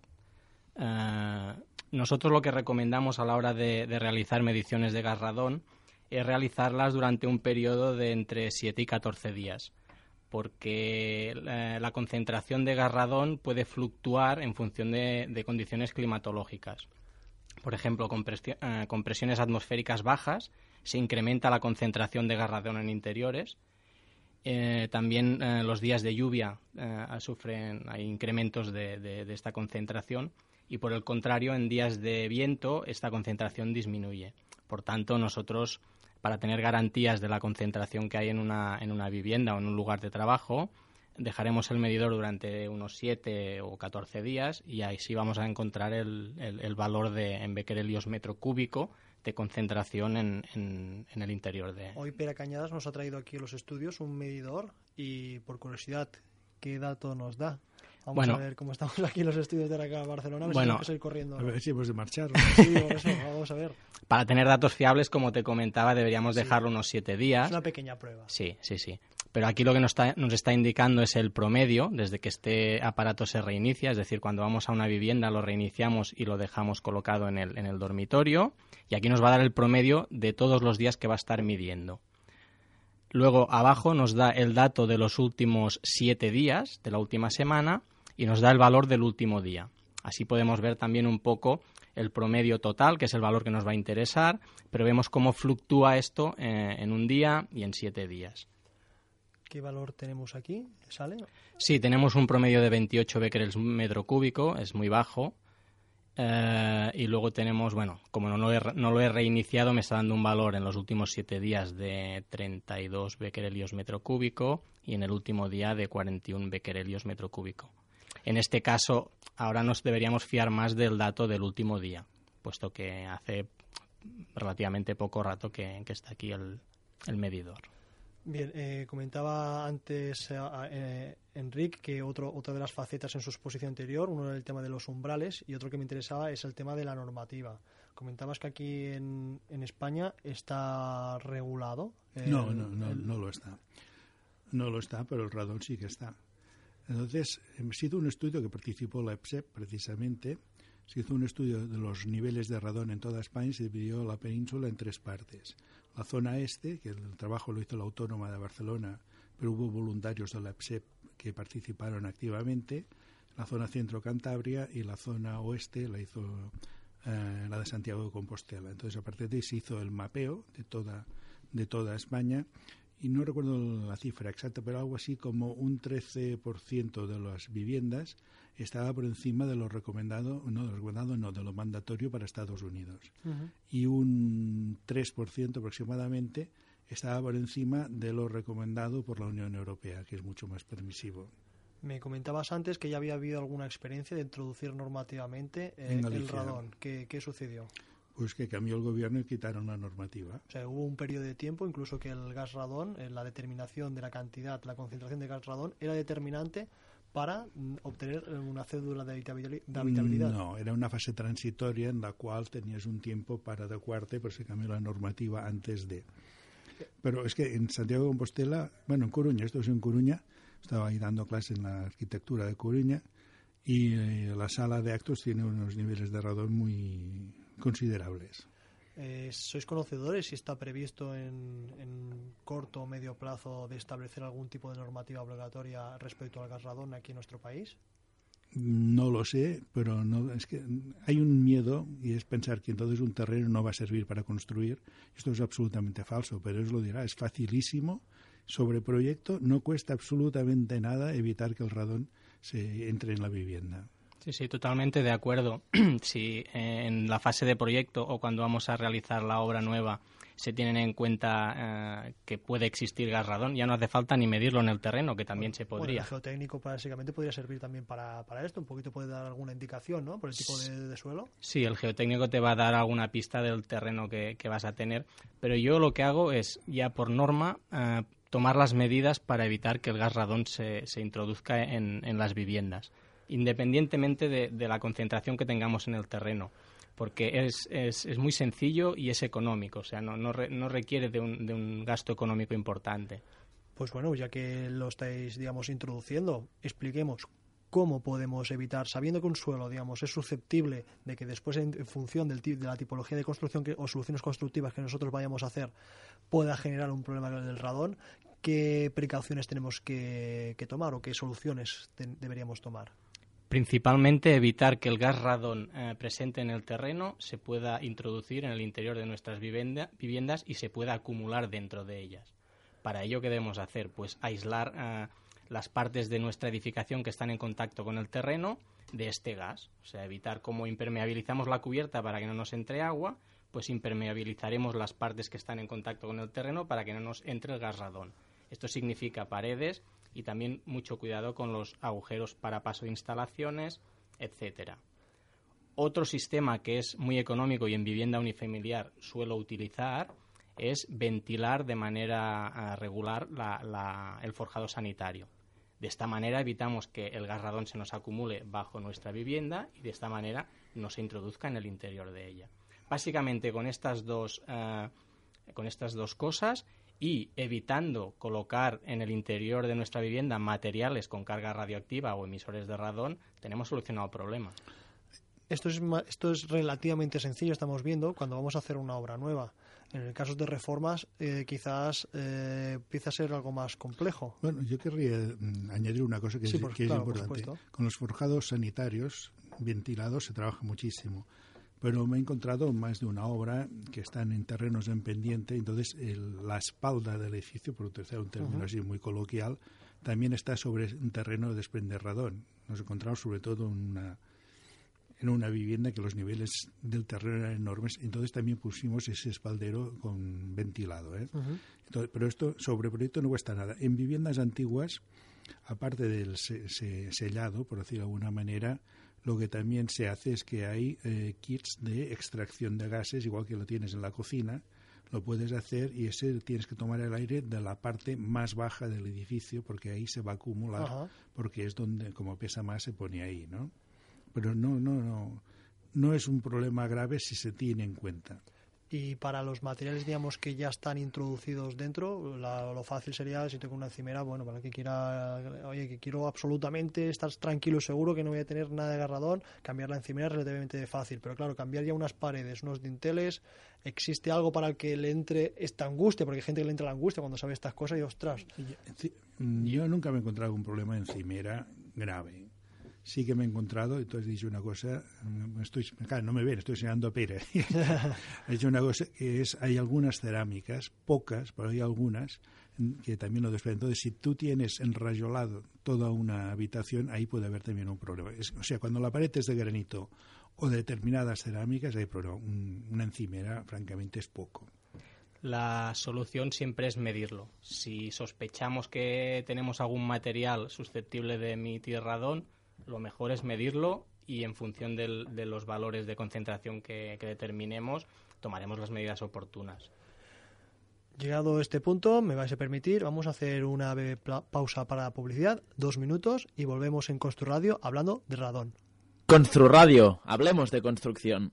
Uh, nosotros lo que recomendamos a la hora de, de realizar mediciones de gas radón es realizarlas durante un periodo de entre siete y catorce días, porque eh, la concentración de gas radón puede fluctuar en función de, de condiciones climatológicas. Por ejemplo, con, presi- eh, con presiones atmosféricas bajas se incrementa la concentración de gas radón en interiores. Eh, también eh, los días de lluvia eh, sufren, hay incrementos de, de, de esta concentración. Y por el contrario, en días de viento esta concentración disminuye. Por tanto, nosotros, para tener garantías de la concentración que hay en una, en una vivienda o en un lugar de trabajo, dejaremos el medidor durante unos siete o catorce días y ahí sí vamos a encontrar el, el, el valor de, en becquerelios metro cúbico de concentración en, en, en el interior de... Hoy Pera Cañadas nos ha traído aquí a los estudios un medidor y, por curiosidad, ¿qué dato nos da? Vamos bueno, a ver cómo estamos aquí en los estudios de acá de Barcelona. A ver bueno, si tenemos que ir corriendo. A ver si hemos de marchar. Sí, eso, vamos a ver. Para tener datos fiables, como te comentaba, deberíamos sí. dejarlo unos siete días. Es una pequeña prueba. Sí, sí, sí. Pero aquí lo que nos está, nos está indicando es el promedio desde que este aparato se reinicia. Es decir, cuando vamos a una vivienda lo reiniciamos y lo dejamos colocado en el, en el dormitorio. Y aquí nos va a dar el promedio de todos los días que va a estar midiendo. Luego, abajo nos da el dato de los últimos siete días, de la última semana, y nos da el valor del último día. Así podemos ver también un poco el promedio total, que es el valor que nos va a interesar, pero vemos cómo fluctúa esto eh, en un día y en siete días. ¿Qué valor tenemos aquí? ¿Sale? Sí, tenemos un promedio de veintiocho becquerels metro cúbico, es muy bajo. Eh, y luego tenemos, bueno, como no lo, he, no lo he reiniciado, me está dando un valor en los últimos siete días de treinta y dos becquerelios metro cúbico y en el último día de cuarenta y uno becquerelios metro cúbico. En este caso, ahora nos deberíamos fiar más del dato del último día, puesto que hace relativamente poco rato que, que está aquí el, el medidor. Bien, eh, comentaba antes eh, eh, Enric que otro, otra de las facetas en su exposición anterior, uno era el tema de los umbrales y otro que me interesaba es el tema de la normativa. Comentabas que aquí en, en España está regulado. El, no, no, no, el... no lo está. No lo está, pero el radón sí que está. Entonces, se hizo un estudio que participó la EPSEP precisamente. Se hizo un estudio de los niveles de radón en toda España y se dividió la península en tres partes. La zona este, que el trabajo lo hizo la Autónoma de Barcelona, pero hubo voluntarios de la EPSEP que participaron activamente. La zona centro-Cantabria y la zona oeste la hizo eh, la de Santiago de Compostela. Entonces, a partir de ahí se hizo el mapeo de toda, de toda España. Y no recuerdo la cifra exacta, pero algo así como un trece por ciento de las viviendas estaba por encima de lo recomendado, no de lo recomendado, no, de lo mandatorio para Estados Unidos. Uh-huh. Y un tres por ciento aproximadamente estaba por encima de lo recomendado por la Unión Europea, que es mucho más permisivo. Me comentabas antes que ya había habido alguna experiencia de introducir normativamente eh, el radón. ¿Qué, ¿Qué sucedió? Pues que cambió el gobierno y quitaron la normativa. O sea, hubo un periodo de tiempo incluso que el gas radón, eh, la determinación de la cantidad, la concentración de gas radón, era determinante para mm, obtener una cédula de habitabilidad. No, era una fase transitoria en la cual tenías un tiempo para adecuarte, pero se cambió la normativa antes de. Pero es que en Santiago de Compostela, bueno, en Coruña, esto es en Coruña, estaba ahí dando clases en la arquitectura de Coruña y eh, la sala de actos tiene unos niveles de radón muy considerables. Eh, ¿Sois conocedores si está previsto en, en corto o medio plazo de establecer algún tipo de normativa obligatoria respecto al gas radón aquí en nuestro país? No lo sé, pero no, es que hay un miedo y es pensar que entonces un terreno no va a servir para construir. Esto es absolutamente falso, pero os lo dirá, es facilísimo. Sobre proyecto no cuesta absolutamente nada evitar que el radón se entre en la vivienda. Sí, sí, totalmente de acuerdo. Si eh, en la fase de proyecto o cuando vamos a realizar la obra nueva se tienen en cuenta eh, que puede existir gas radón, ya no hace falta ni medirlo en el terreno, que también bueno, se podría. Bueno, el geotécnico básicamente podría servir también para, para esto, un poquito puede dar alguna indicación, ¿no?, por el tipo de, de suelo. Sí, el geotécnico te va a dar alguna pista del terreno que, que vas a tener, pero yo lo que hago es, ya por norma, eh, tomar las medidas para evitar que el gas radón se, se introduzca en, en las viviendas, independientemente de, de la concentración que tengamos en el terreno, porque es, es, es muy sencillo y es económico, o sea, no, no, re, no requiere de un, de un gasto económico importante. Pues bueno, ya que lo estáis, digamos, introduciendo, expliquemos cómo podemos evitar, sabiendo que un suelo, digamos, es susceptible de que después, en, en función del, de la tipología de construcción que, o soluciones constructivas que nosotros vayamos a hacer, pueda generar un problema del radón, ¿qué precauciones tenemos que, que tomar o qué soluciones te, deberíamos tomar? Principalmente evitar que el gas radón eh, presente en el terreno se pueda introducir en el interior de nuestras vivienda, viviendas y se pueda acumular dentro de ellas. Para ello, ¿qué debemos hacer? Pues aislar eh, las partes de nuestra edificación que están en contacto con el terreno de este gas. O sea, evitar, como impermeabilizamos la cubierta para que no nos entre agua, pues impermeabilizaremos las partes que están en contacto con el terreno para que no nos entre el gas radón. Esto significa paredes y también mucho cuidado con los agujeros para paso de instalaciones, etcétera. Otro sistema que es muy económico y en vivienda unifamiliar suelo utilizar es ventilar de manera uh, regular la, la, el forjado sanitario. De esta manera evitamos que el gas radón se nos acumule bajo nuestra vivienda y de esta manera no se introduzca en el interior de ella. Básicamente con estas dos, uh, con estas dos cosas y evitando colocar en el interior de nuestra vivienda materiales con carga radioactiva o emisores de radón, tenemos solucionado el problema. Esto es, esto es relativamente sencillo, estamos viendo, cuando vamos a hacer una obra nueva. En el caso de reformas, eh, quizás eh, empieza a ser algo más complejo. Bueno, yo querría mm, añadir una cosa que, sí, es, por, que claro, es importante. Con los forjados sanitarios ventilados se trabaja muchísimo. Pero me he encontrado más de una obra que están en terrenos en pendiente, entonces el, la espalda del edificio, por utilizar un término uh-huh. así muy coloquial, también está sobre un terreno de desprende radón. Nos encontramos sobre todo en, una, en una vivienda que los niveles del terreno eran enormes. Entonces también pusimos ese espaldero con ventilado, ¿eh? Uh-huh. Entonces, pero esto sobre proyecto no cuesta nada. En viviendas antiguas, aparte del se, se, sellado, por decirlo de alguna manera, lo que también se hace es que hay eh, kits de extracción de gases, igual que lo tienes en la cocina, lo puedes hacer y ese tienes que tomar el aire de la parte más baja del edificio porque ahí se va a acumular, uh-huh. porque es donde, como pesa más, se pone ahí, ¿no? Pero no, no, no, no es un problema grave si se tiene en cuenta. Y para los materiales, digamos, que ya están introducidos dentro, la, lo fácil sería, si tengo una encimera, bueno, para el que quiera, oye, que quiero absolutamente estar tranquilo y seguro que no voy a tener nada de agarradón, cambiar la encimera es relativamente fácil. Pero claro, cambiar ya unas paredes, unos dinteles, ¿existe algo para el que le entre esta angustia? Porque hay gente que le entra la angustia cuando sabe estas cosas y, ostras. Yo nunca me he encontrado un problema de encimera grave. Sí que me he encontrado, entonces he dicho una cosa, estoy, claro, no me ven, estoy enseñando a Pere. He dicho una cosa que es, hay algunas cerámicas, pocas, pero hay algunas que también lo desprenden. Entonces, si tú tienes enrayolado toda una habitación, ahí puede haber también un problema. Es, o sea, cuando la pared es de granito o de determinadas cerámicas, hay problema. Un, una encimera, francamente, es poco. La solución siempre es medirlo. Si sospechamos que tenemos algún material susceptible de emitir radón, lo mejor es medirlo y en función del, de los valores de concentración que, que determinemos, tomaremos las medidas oportunas. Llegado a este punto, me vais a permitir, vamos a hacer una breve pausa para publicidad, dos minutos, y volvemos en Construradio hablando de radón. Construradio, hablemos de construcción.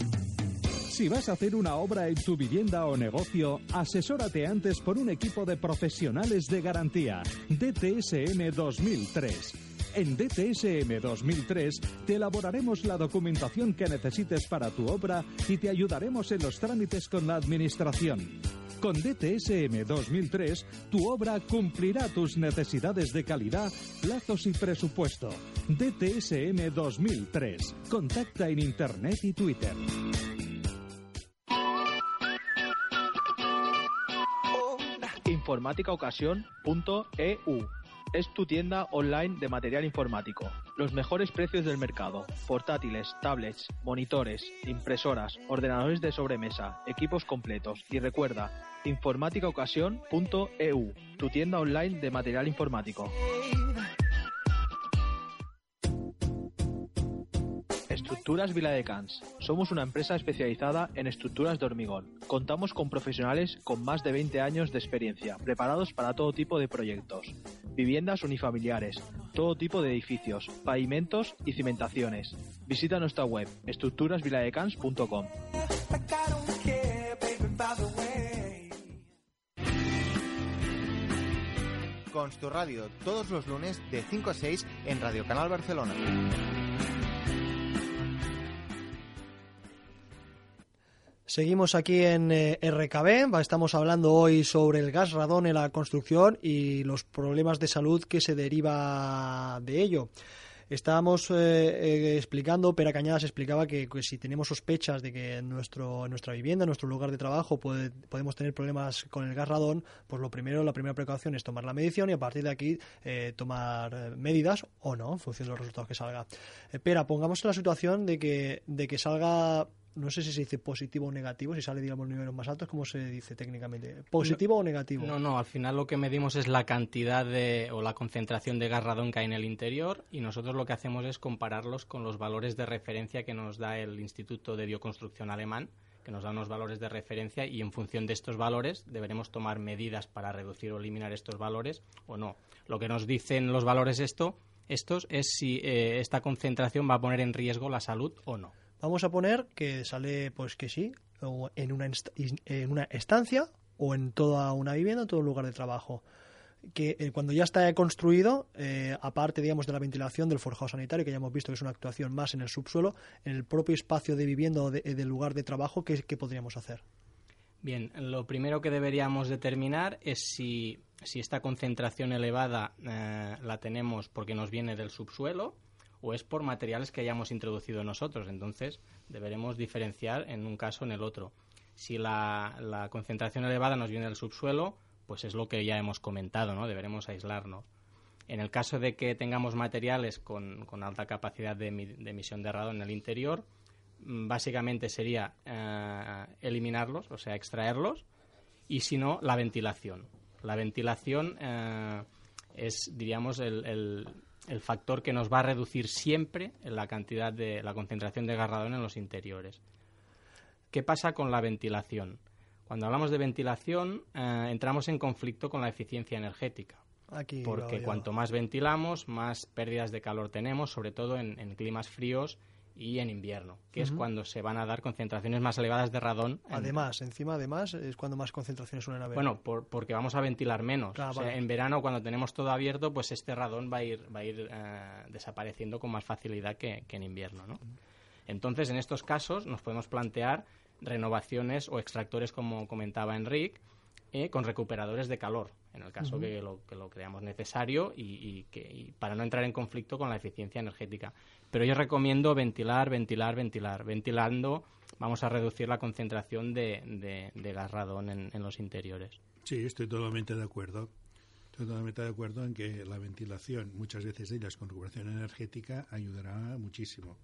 Si vas a hacer una obra en tu vivienda o negocio, asesórate antes por un equipo de profesionales de garantía. D T S M dos mil tres. En D T S M dos mil tres te elaboraremos la documentación que necesites para tu obra y te ayudaremos en los trámites con la administración. Con D T S M dos mil tres, tu obra cumplirá tus necesidades de calidad, plazos y presupuesto. D T S M dos mil tres. Contacta en Internet y Twitter. informática ocasión punto e u es tu tienda online de material informático. Los mejores precios del mercado. Portátiles, tablets, monitores, impresoras, ordenadores de sobremesa, equipos completos. Y recuerda, informática ocasión punto e u, tu tienda online de material informático. Estructuras Viladecans. Somos una empresa especializada en estructuras de hormigón. Contamos con profesionales con más de veinte años de experiencia, preparados para todo tipo de proyectos. Viviendas unifamiliares, todo tipo de edificios, pavimentos y cimentaciones. Visita nuestra web, estructuras viladecans punto com. Construradio, todos los lunes de cinco a seis en Radio Canal Barcelona. Seguimos aquí en eh, R K B, estamos hablando hoy sobre el gas radón en la construcción y los problemas de salud que se deriva de ello. Estábamos eh, eh, explicando, Pere Cañadas explicaba que, que si tenemos sospechas de que en, nuestro, en nuestra vivienda, en nuestro lugar de trabajo, puede, podemos tener problemas con el gas radón, pues lo primero, la primera precaución es tomar la medición y a partir de aquí eh, tomar medidas o no, en función de los resultados que salga. Eh, Pera, pongamos en la situación de que, de que salga... No sé si se dice positivo o negativo, si sale, digamos, niveles más altos, ¿cómo se dice técnicamente? ¿Positivo no, o negativo? No, no, al final lo que medimos es la cantidad de, o la concentración de gas radón que hay en el interior y nosotros lo que hacemos es compararlos con los valores de referencia que nos da el Instituto de Bioconstrucción alemán, que nos da unos valores de referencia y en función de estos valores deberemos tomar medidas para reducir o eliminar estos valores o no. Lo que nos dicen los valores esto, estos es si eh, esta concentración va a poner en riesgo la salud o no. Vamos a poner que sale, pues que sí, o en una, inst- en una estancia o en toda una vivienda, en todo un lugar de trabajo. Que eh, cuando ya está construido, eh, aparte, digamos, de la ventilación del forjado sanitario, que ya hemos visto que es una actuación más en el subsuelo, en el propio espacio de vivienda o de, eh, del lugar de trabajo, ¿qué, qué podríamos hacer? Bien, lo primero que deberíamos determinar es si, si esta concentración elevada eh, la tenemos porque nos viene del subsuelo o es por materiales que hayamos introducido nosotros. Entonces, deberemos diferenciar en un caso o en el otro. Si la, la concentración elevada nos viene del subsuelo, pues es lo que ya hemos comentado, ¿no? Deberemos aislarnos. En el caso de que tengamos materiales con, con alta capacidad de, de emisión de radón en el interior, básicamente sería eh, eliminarlos, o sea, extraerlos, y si no, la ventilación. La ventilación eh, es, diríamos, el, el, el factor que nos va a reducir siempre la cantidad de la concentración de gas radón en los interiores. ¿Qué pasa con la ventilación? Cuando hablamos de ventilación, eh, entramos en conflicto con la eficiencia energética. Aquí porque cuanto más ventilamos, más pérdidas de calor tenemos, sobre todo en, en climas fríos y en invierno, que uh-huh. es cuando se van a dar concentraciones más elevadas de radón. En... Además, encima, además, es cuando más concentraciones suelen haber. Bueno, por, porque vamos a ventilar menos. Claro, o sea, vale. En verano, cuando tenemos todo abierto, pues este radón va a ir, va a ir eh, desapareciendo con más facilidad que, que en invierno, ¿no? Uh-huh. Entonces, en estos casos, nos podemos plantear renovaciones o extractores, como comentaba Enric, eh, con recuperadores de calor, en el caso uh-huh. que, lo, que lo creamos necesario y, y, que, y para no entrar en conflicto con la eficiencia energética. Pero yo recomiendo ventilar, ventilar, ventilar. Ventilando vamos a reducir la concentración de, de, de gas radón en, en los interiores. Sí, estoy totalmente de acuerdo. Estoy totalmente de acuerdo en que la ventilación, muchas veces de ellas con recuperación energética, ayudará muchísimo.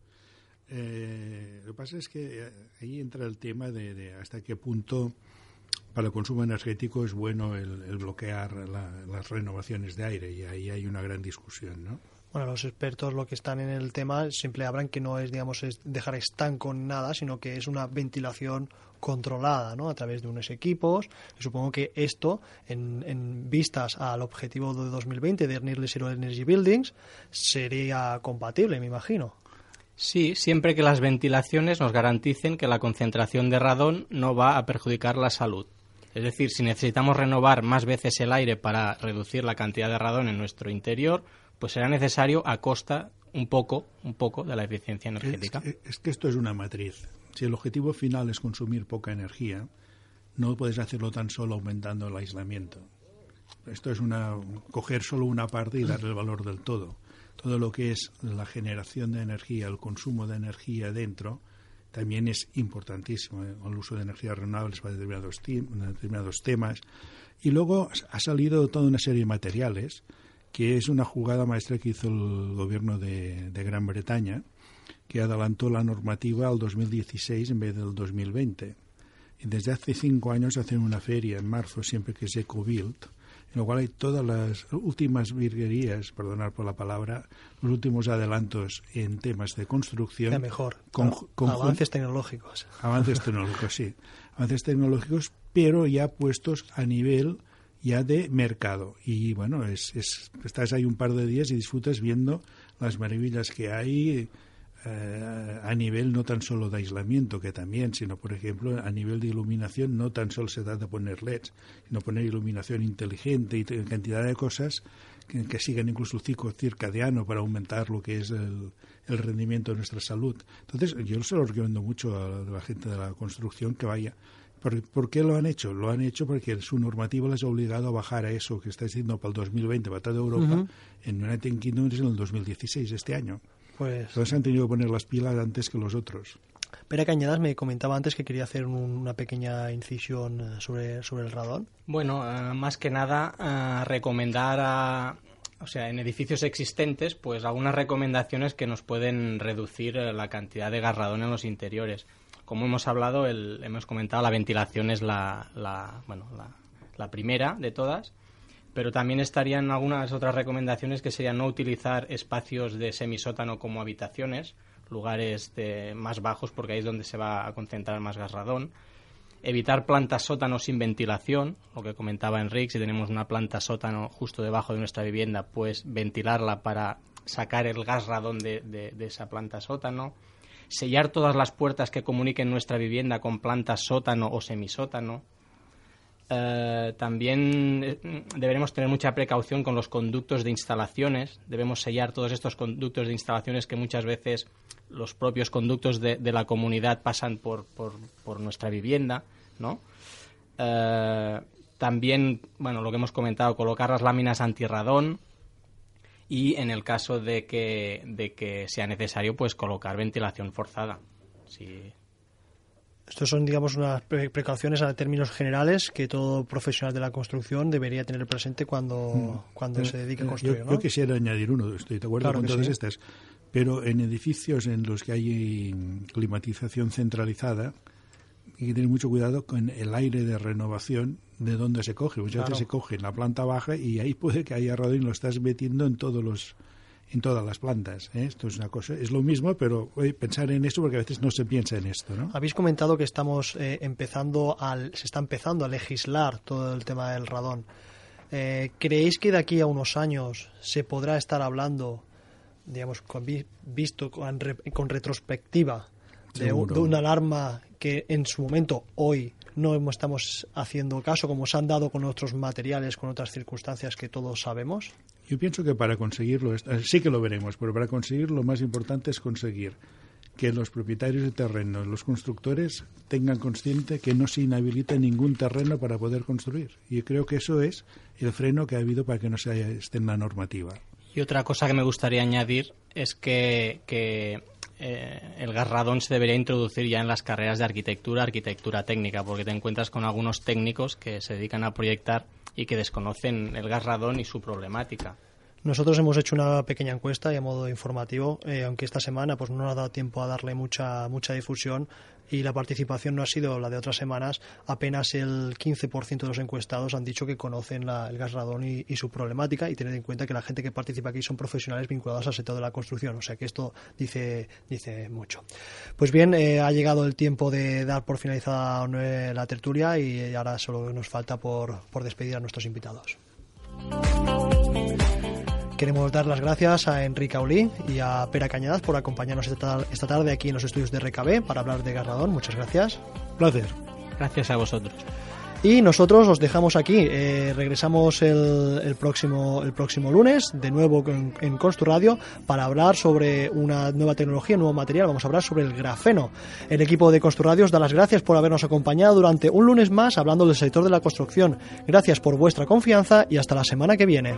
Eh, lo que pasa es que ahí entra el tema de, de hasta qué punto para el consumo energético es bueno el, el bloquear la, las renovaciones de aire, y ahí hay una gran discusión, ¿no? Bueno, los expertos, lo que están en el tema, siempre hablan que no es, digamos, es dejar estanco nada, sino que es una ventilación controlada, ¿no? A través de unos equipos. Supongo que esto, en, en vistas al objetivo de dos mil veinte de Nearly Zero Energy Buildings, sería compatible, me imagino. Sí, siempre que las ventilaciones nos garanticen que la concentración de radón no va a perjudicar la salud. Es decir, si necesitamos renovar más veces el aire para reducir la cantidad de radón en nuestro interior, pues será necesario a costa un poco, un poco de la eficiencia energética. Es que, es que esto es una matriz. Si el objetivo final es consumir poca energía, no puedes hacerlo tan solo aumentando el aislamiento. Esto es una coger solo una parte y darle el valor del todo. Todo lo que es la generación de energía, el consumo de energía dentro, también es importantísimo, ¿eh? El uso de energías renovables para determinados, te- determinados temas. Y luego ha salido toda una serie de materiales, que es una jugada maestra que hizo el gobierno de, de Gran Bretaña, que adelantó la normativa al dos mil dieciséis en vez del dos mil veinte. Y desde hace cinco años hacen una feria en marzo, siempre que es EcoBuild, en lo cual hay todas las últimas virguerías, perdonad por la palabra, los últimos adelantos en temas de construcción. Ya mejor, con, claro, con, avances tecnológicos. Avances tecnológicos, sí. Avances tecnológicos, pero ya puestos a nivel ya de mercado. Y bueno, es, es estás ahí un par de días y disfrutas viendo las maravillas que hay eh, a nivel no tan solo de aislamiento, que también, sino, por ejemplo, a nivel de iluminación. No tan solo se trata de poner L E Ds, sino poner iluminación inteligente y t- cantidad de cosas que, que sigan incluso el ciclo circadiano para aumentar lo que es el, el rendimiento de nuestra salud. Entonces, yo se lo recomiendo mucho a la, a la gente de la construcción que vaya. ¿Por, ¿Por qué lo han hecho? Lo han hecho porque su normativa les ha obligado a bajar a eso que está diciendo para el dos mil veinte para toda Europa. Uh-huh. En United Kingdom es en el dos mil dieciséis, este año. Pues... Entonces han tenido que poner las pilas antes que los otros. Pere Cañadas me comentaba antes que quería hacer un, una pequeña incisión sobre, sobre el radón. Bueno, uh, más que nada uh, recomendar a... O sea, en edificios existentes, pues algunas recomendaciones que nos pueden reducir uh, la cantidad de gas radón en los interiores. Como hemos hablado, el, hemos comentado, la ventilación es la, la, bueno, la, la primera de todas, pero también estarían algunas otras recomendaciones que serían no utilizar espacios de semisótano como habitaciones, lugares de, más bajos, porque ahí es donde se va a concentrar más gas radón. Evitar plantas sótano sin ventilación, lo que comentaba Enric, si tenemos una planta sótano justo debajo de nuestra vivienda, pues ventilarla para sacar el gas radón de, de, de esa planta sótano. Sellar todas las puertas que comuniquen nuestra vivienda con plantas sótano o semisótano. Eh, también deberemos tener mucha precaución con los conductos de instalaciones. Debemos sellar todos estos conductos de instalaciones que muchas veces los propios conductos de, de la comunidad pasan por, por, por nuestra vivienda, ¿no? Eh, también, bueno, lo que hemos comentado, colocar las láminas antirradón. Y en el caso de que, de que sea necesario, pues colocar ventilación forzada. Sí. Estos son, digamos, unas precauciones a términos generales que todo profesional de la construcción debería tener presente cuando, mm. cuando eh, se dedica a construir. Yo, ¿no? yo quisiera añadir uno, estoy de acuerdo claro con todas sí. estas, pero en edificios en los que hay climatización centralizada, hay que tener mucho cuidado con el aire de renovación de dónde se coge. Muchas claro. veces se coge en la planta baja y ahí puede que haya radón y lo estás metiendo en todos los en todas las plantas. ¿eh? Esto es una cosa, es lo mismo, pero oye, pensar en esto porque a veces no se piensa en esto, ¿no? Habéis comentado que estamos eh, empezando al, se está empezando a legislar todo el tema del radón. Eh, ¿Creéis que de aquí a unos años se podrá estar hablando, digamos, con, visto con, con retrospectiva de, un, de una alarma que en su momento hoy no estamos haciendo caso, como se han dado con otros materiales, con otras circunstancias que todos sabemos? Yo pienso que para conseguirlo, sí que lo veremos, pero para conseguirlo lo más importante es conseguir que los propietarios de terrenos, los constructores, tengan consciente que no se inhabilita ningún terreno para poder construir. Y creo que eso es el freno que ha habido para que no se esté en la normativa. Y otra cosa que me gustaría añadir es que, que eh, el gas radón se debería introducir ya en las carreras de arquitectura, arquitectura técnica, porque te encuentras con algunos técnicos que se dedican a proyectar y que desconocen el gas radón y su problemática. Nosotros hemos hecho una pequeña encuesta y a modo informativo, eh, aunque esta semana pues no nos ha dado tiempo a darle mucha mucha difusión y la participación no ha sido la de otras semanas. Apenas el quince por ciento de los encuestados han dicho que conocen la, el gas radón y, y su problemática, y tened en cuenta que la gente que participa aquí son profesionales vinculados al sector de la construcción, o sea que esto dice dice mucho. Pues bien, eh, ha llegado el tiempo de dar por finalizada la tertulia y ahora solo nos falta por, por despedir a nuestros invitados. Queremos dar las gracias a Enrique Aulí y a Pere Cañadas por acompañarnos esta tarde aquí en los estudios de R K B para hablar de gas radón. Muchas gracias. Placer. Gracias a vosotros. Y nosotros os dejamos aquí. Eh, regresamos el, el próximo el próximo lunes, de nuevo en, en Constru Radio, para hablar sobre una nueva tecnología, un nuevo material. Vamos a hablar sobre el grafeno. El equipo de Constru Radio os da las gracias por habernos acompañado durante un lunes más hablando del sector de la construcción. Gracias por vuestra confianza y hasta la semana que viene.